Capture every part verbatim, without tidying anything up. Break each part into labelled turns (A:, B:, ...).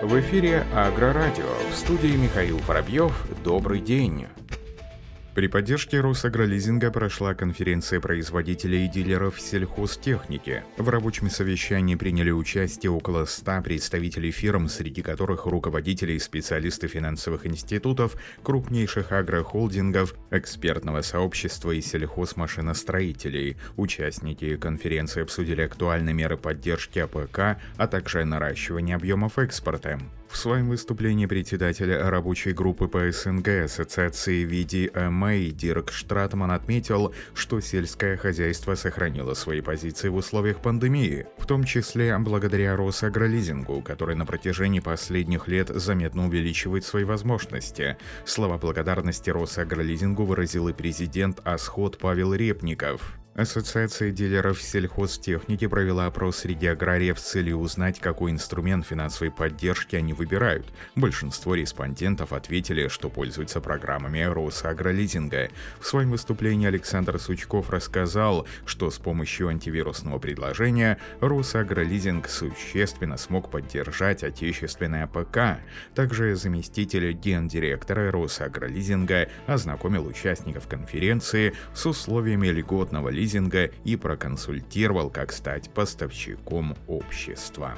A: В эфире Агрорадио. В студии Михаил Воробьев. Добрый день. При поддержке Росагролизинга прошла конференция производителей и дилеров сельхозтехники. В рабочем совещании приняли участие около ста представителей фирм, среди которых руководители и специалисты финансовых институтов, крупнейших агрохолдингов, экспертного сообщества и сельхозмашиностроителей. Участники конференции обсудили актуальные меры поддержки АПК, а также наращивание объемов экспорта. В своем выступлении председатель рабочей группы по СНГ Ассоциации ви ди эм эй Дирк Штратман отметил, что сельское хозяйство сохранило свои позиции в условиях пандемии, в том числе благодаря Росагролизингу, который на протяжении последних лет заметно увеличивает свои возможности. Слова благодарности Росагролизингу выразил и президент Асход Павел Репников. Ассоциация дилеров сельхозтехники провела опрос среди аграриев с целью узнать, какой инструмент финансовой поддержки они выбирают. Большинство респондентов ответили, что пользуются программами Росагролизинга. В своем выступлении Александр Сучков рассказал, что с помощью антивирусного предложения Росагролизинг существенно смог поддержать отечественное АПК. Также заместитель гендиректора Росагролизинга ознакомил участников конференции с условиями льготного лизинга и проконсультировал, как стать поставщиком общества.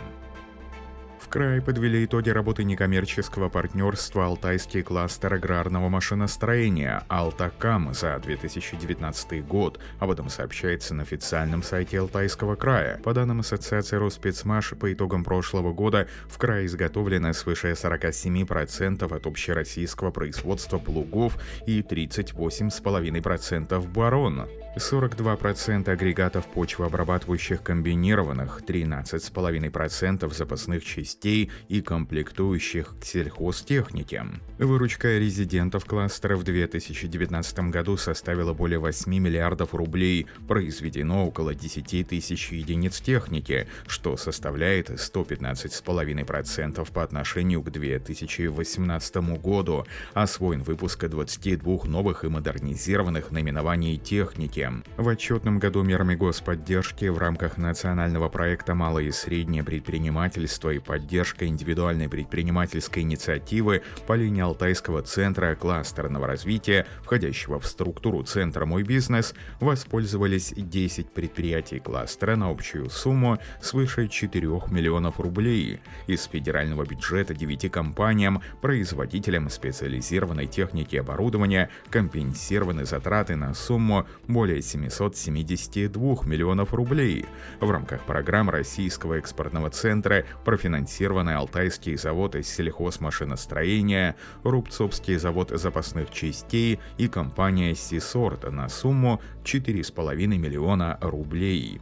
A: В край подвели итоги работы некоммерческого партнерства «Алтайский кластер аграрного машиностроения» «Алтакам» за две тысячи девятнадцатый год. Об этом сообщается на официальном сайте Алтайского края. По данным Ассоциации Роспецмаш, по итогам прошлого года в крае изготовлено свыше сорок семь процентов от общероссийского производства плугов и тридцать восемь целых пять десятых процента борон. сорок два процента агрегатов почвообрабатывающих комбинированных, тринадцать целых пять десятых процента запасных частей и комплектующих к сельхозтехнике. Выручка резидентов кластера в две тысячи девятнадцатом году составила более восемь миллиардов рублей, произведено около десять тысяч единиц техники, что составляет сто пятнадцать целых пять десятых процента по отношению к две тысячи восемнадцатому году, освоен выпуск двадцати двух новых и модернизированных наименований техники. В отчетном году мерами господдержки в рамках национального проекта «Малое и среднее предпринимательство» и поддержка индивидуальной предпринимательской инициативы по линии Алтайского центра кластерного развития, входящего в структуру центра «Мой бизнес», воспользовались десять предприятий кластера на общую сумму свыше четырёх миллионов рублей. Из федерального бюджета девяти компаниям, производителям специализированной техники и оборудования, компенсированы затраты на сумму более семисот семидесяти двух миллионов рублей. В рамках программ Российского экспортного центра профинансированы Алтайский завод сельхозмашиностроения, Рубцовский завод запасных частей и компания «Сисорт» на сумму четыре целых пять десятых миллиона рублей.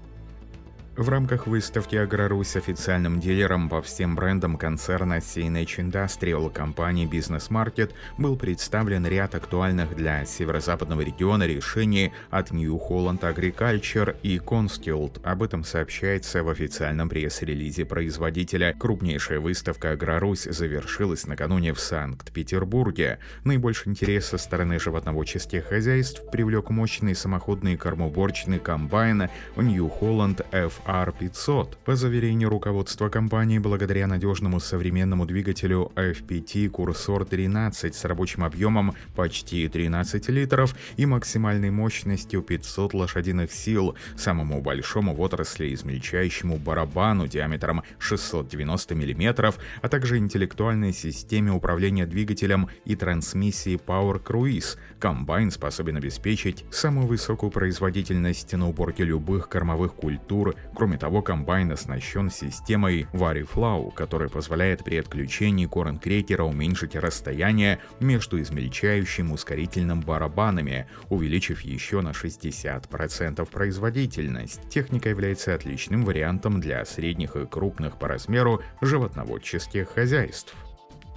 A: В рамках выставки «Агрорусь» официальным дилером по всем брендам концерна си эн эйч Industrial компании «Бизнес Маркет» был представлен ряд актуальных для северо-западного региона решений от New Holland Agriculture и Conskilled. Об этом сообщается в официальном пресс-релизе производителя. Крупнейшая выставка «Агрорусь» завершилась накануне в Санкт-Петербурге. Наибольший интерес со стороны животноводческих хозяйств привлек мощный самоходный кормоуборочный комбайн New Holland эф ар пятьсот. По заверению руководства компании, благодаря надежному современному двигателю эф пи ти Курсор тринадцать с рабочим объемом почти тринадцать литров и максимальной мощностью пятьсот лошадиных сил, самому большому в отрасли измельчающему барабану диаметром шестьсот девяносто миллиметров, а также интеллектуальной системе управления двигателем и трансмиссии Power Cruise, комбайн способен обеспечить самую высокую производительность на уборке любых кормовых культур. Кроме того, комбайн оснащен системой VariFlow, которая позволяет при отключении корн-крекера уменьшить расстояние между измельчающим и ускорительным барабанами, увеличив еще на шестьдесят процентов производительность. Техника является отличным вариантом для средних и крупных по размеру животноводческих хозяйств.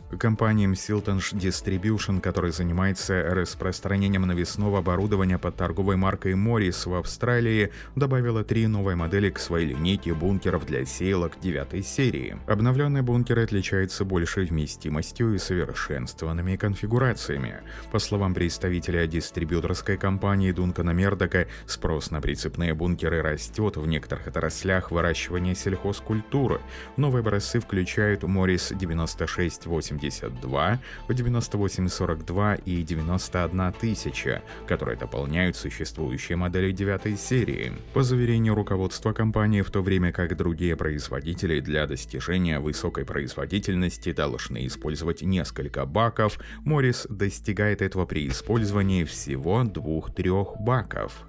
A: Компания Siltange Distribution, которая занимается распространением навесного оборудования под торговой маркой Morris в Австралии, добавила три новые модели к своей линейке бункеров для сеялок девятой серии. Обновленные бункеры отличаются большей вместимостью и совершенствованными конфигурациями. По словам представителя дистрибьюторской компании Дункана Мердока, спрос на прицепные бункеры растет в некоторых отраслях выращивания сельхозкультуры. Новые образцы включают Morris девяносто шесть восемьдесят два, девяносто восемь сорок два и девяносто одна тысяча, которые дополняют существующие модели девятой серии. По заверению руководства компании, в то время как другие производители для достижения высокой производительности должны использовать несколько баков, Morris достигает этого при использовании всего двух-трех баков.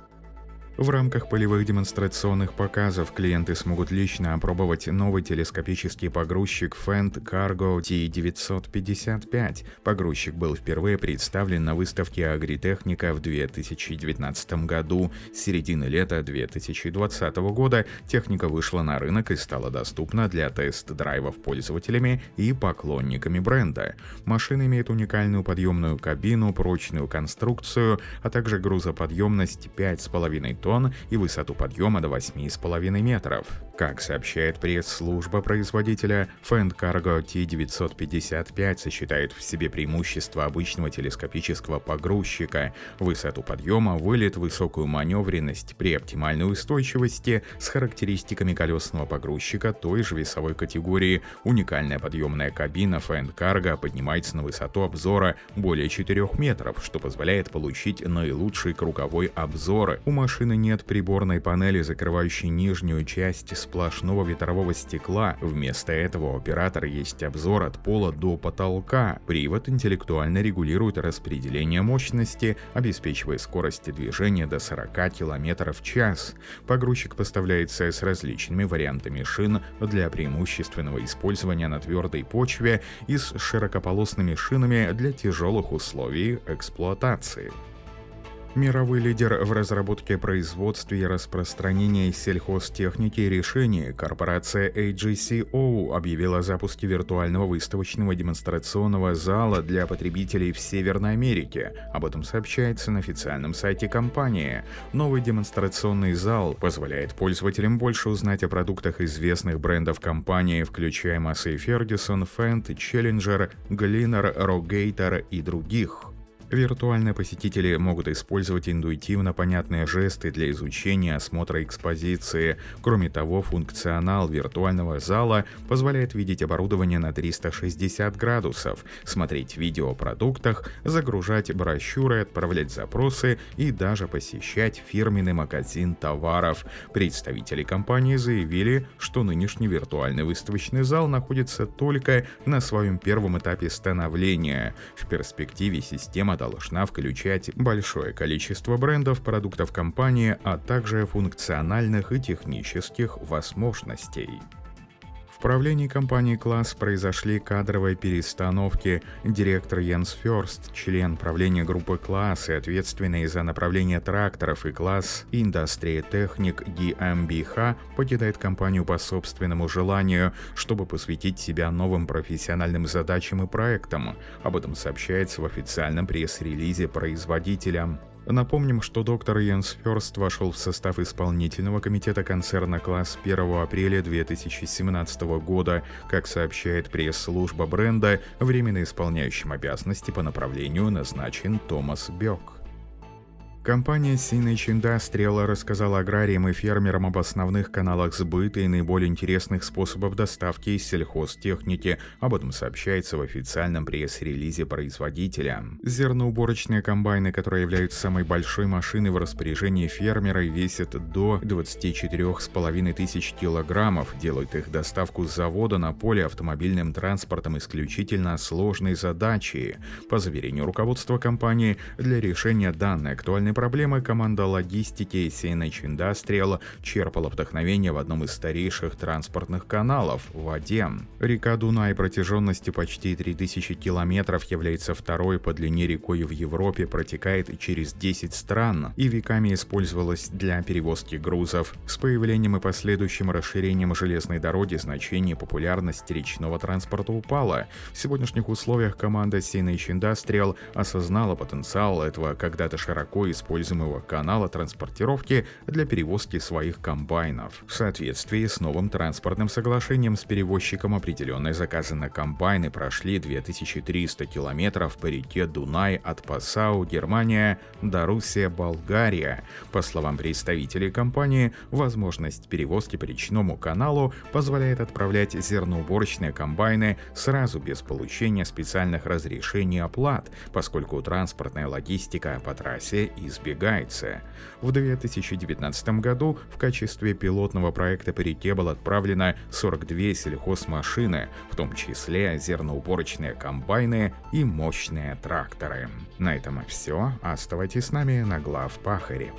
A: В рамках полевых демонстрационных показов клиенты смогут лично опробовать новый телескопический погрузчик Fendt Cargo T девятьсот пятьдесят пять. Погрузчик был впервые представлен на выставке Агритехника в две тысячи девятнадцатом году. С середины лета две тысячи двадцатого года техника вышла на рынок и стала доступна для тест-драйвов пользователями и поклонниками бренда. Машина имеет уникальную подъемную кабину, прочную конструкцию, а также грузоподъемность пять с половиной тонн и высоту подъема до восьми с половиной метров. Как сообщает пресс-служба производителя, Fendt Cargo T девятьсот пятьдесят пять сочетает в себе преимущества обычного телескопического погрузчика: высоту подъема, вылет, высокую маневренность при оптимальной устойчивости с характеристиками колесного погрузчика той же весовой категории. Уникальная подъемная кабина Fendt Cargo поднимается на высоту обзора более четырёх метров, что позволяет получить наилучший круговой обзор. У машины нет приборной панели, закрывающей нижнюю часть сплошного ветрового стекла. Вместо этого у оператора есть обзор от пола до потолка. Привод интеллектуально регулирует распределение мощности, обеспечивая скорость движения до сорока километров в час. Погрузчик поставляется с различными вариантами шин для преимущественного использования на твердой почве и с широкополосными шинами для тяжелых условий эксплуатации. Мировой лидер в разработке, производстве и распространении сельхозтехники и решений, корпорация эй джи си о объявила о запуске виртуального выставочного демонстрационного зала для потребителей в Северной Америке. Об этом сообщается на официальном сайте компании. Новый демонстрационный зал позволяет пользователям больше узнать о продуктах известных брендов компании, включая Massey Ferguson, Fendt, Challenger, Gleaner, Rogator и других. Виртуальные посетители могут использовать интуитивно понятные жесты для изучения осмотра экспозиции. Кроме того, функционал виртуального зала позволяет видеть оборудование на триста шестьдесят градусов, смотреть видео о продуктах, загружать брошюры, отправлять запросы и даже посещать фирменный магазин товаров. Представители компании заявили, что нынешний виртуальный выставочный зал находится только на своем первом этапе становления. В перспективе система должна включать большое количество брендов, продуктов компании, а также функциональных и технических возможностей. В правлении компании «Класс» произошли кадровые перестановки. Директор Йенс Фёрст, член правления группы «Класс» и ответственный за направление тракторов и «Класс» Индустрия Техник Ги эм би эйч, покидает компанию по собственному желанию, чтобы посвятить себя новым профессиональным задачам и проектам. Об этом сообщается в официальном пресс-релизе производителя. Напомним, что доктор Йенс Фёрст вошел в состав исполнительного комитета концерна «Класс» первого апреля две тысячи семнадцатого года. Как сообщает пресс-служба бренда, временно исполняющим обязанности по направлению назначен Томас Бёк. Компания Синэч Индастриал рассказала аграриям и фермерам об основных каналах сбыта и наиболее интересных способах доставки из сельхозтехники. Об этом сообщается в официальном пресс-релизе производителя. Зерноуборочные комбайны, которые являются самой большой машиной в распоряжении фермера и весят до двадцати четырёх с половиной тысяч килограммов, делают их доставку с завода на поле автомобильным транспортом исключительно сложной задачей. По заверению руководства компании, для решения данной актуальной проблемы команда логистики си эн эйч Industrial черпала вдохновение в одном из старейших транспортных каналов – в воде. Река Дунай протяженностью почти три тысячи километров является второй по длине рекой в Европе, протекает через десять стран и веками использовалась для перевозки грузов. С появлением и последующим расширением железной дороги значение и популярность речного транспорта упала. В сегодняшних условиях команда си эн эйч Industrial осознала потенциал этого когда-то широко используемого канала транспортировки для перевозки своих комбайнов. В соответствии с новым транспортным соглашением с перевозчиком определенные заказы на комбайны прошли две тысячи триста километров по реке Дунай от Пассау, Германия, до Руссия, Болгария. По словам представителей компании, возможность перевозки по речному каналу позволяет отправлять зерноуборочные комбайны сразу без получения специальных разрешений оплат, поскольку транспортная логистика по трассе избегается. В две тысячи девятнадцатом году в качестве пилотного проекта по реке было отправлено сорок две сельхозмашины, в том числе зерноуборочные комбайны и мощные тракторы. На этом все. Оставайтесь с нами на Главпахаре.